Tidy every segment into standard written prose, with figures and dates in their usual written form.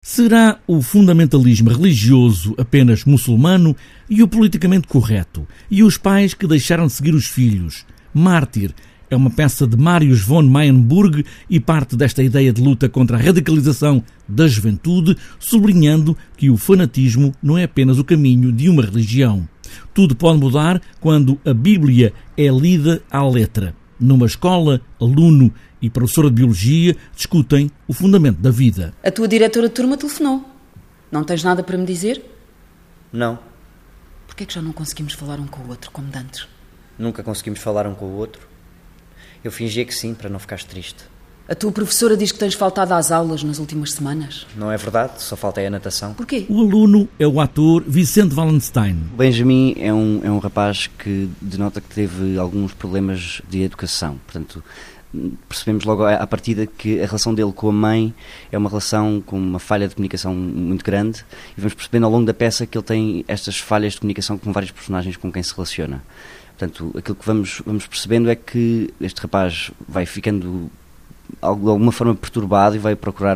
Será o fundamentalismo religioso apenas muçulmano e o politicamente correto? E os pais que deixaram de seguir os filhos? Mártir é uma peça de Marius von Mayenburg e parte desta ideia de luta contra a radicalização da juventude, sublinhando que o fanatismo não é apenas o caminho de uma religião. Tudo pode mudar quando a Bíblia é lida à letra. Numa escola, aluno e professora de Biologia discutem o fundamento da vida. A tua diretora de turma telefonou. Não tens nada para me dizer? Não. Porquê é que já não conseguimos falar um com o outro, como dantes? Nunca conseguimos falar um com o outro. Eu fingia que sim, para não ficares triste. A tua professora diz que tens faltado às aulas nas últimas semanas. Não é verdade, só faltei a natação. Porquê? O aluno é o ator Vicente Wallenstein. O Benjamin é um rapaz que denota que teve alguns problemas de educação. Portanto, percebemos logo à partida que a relação dele com a mãe é uma relação com uma falha de comunicação muito grande, e vamos percebendo ao longo da peça que ele tem estas falhas de comunicação com vários personagens com quem se relaciona. Portanto, aquilo que vamos percebendo é que este rapaz vai ficando de alguma forma perturbado e vai procurar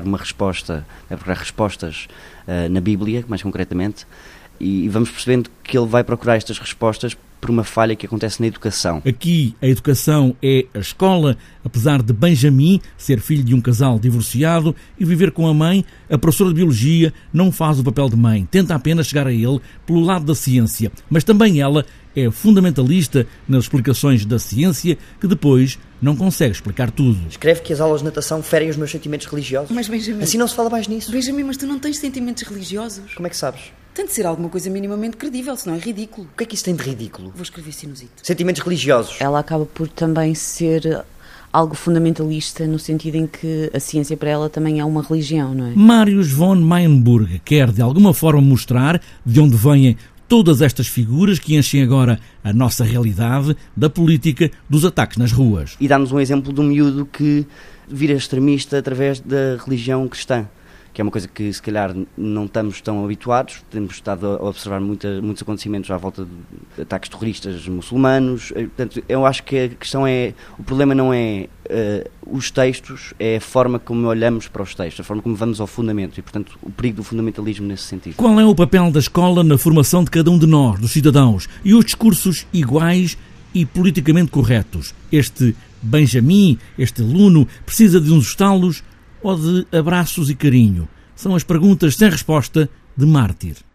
respostas na Bíblia, mais concretamente, e vamos percebendo que ele vai procurar estas respostas por uma falha que acontece na educação. Aqui a educação é a escola. Apesar de Benjamin ser filho de um casal divorciado e viver com a mãe, a professora de Biologia não faz o papel de mãe, tenta apenas chegar a ele pelo lado da ciência, mas também ela é fundamentalista nas explicações da ciência, que depois não consegue explicar tudo. Escreve que as aulas de natação ferem os meus sentimentos religiosos. Mas Benjamin... Assim não se fala mais nisso. Benjamin, mas tu não tens sentimentos religiosos. Como é que sabes? Tem de ser alguma coisa minimamente credível, senão é ridículo. O que é que isso tem de ridículo? Vou escrever sinusite. Sentimentos religiosos. Ela acaba por também ser algo fundamentalista, no sentido em que a ciência para ela também é uma religião, não é? Marius von Mayenburg quer de alguma forma mostrar de onde vêm todas estas figuras que enchem agora a nossa realidade da política dos ataques nas ruas. E dá-nos um exemplo de um miúdo que vira extremista através da religião cristã, que é uma coisa que se calhar não estamos tão habituados. Temos estado a observar muitos acontecimentos à volta de ataques terroristas muçulmanos. Portanto, eu acho que a questão é, o problema não é os textos, é a forma como olhamos para os textos, a forma como vamos ao fundamento, e portanto o perigo do fundamentalismo nesse sentido. Qual é o papel da escola na formação de cada um de nós, dos cidadãos, e os discursos iguais e politicamente corretos? Este Benjamin, este aluno, precisa de uns estalos ou de abraços e carinho? São as perguntas sem resposta de Mártir.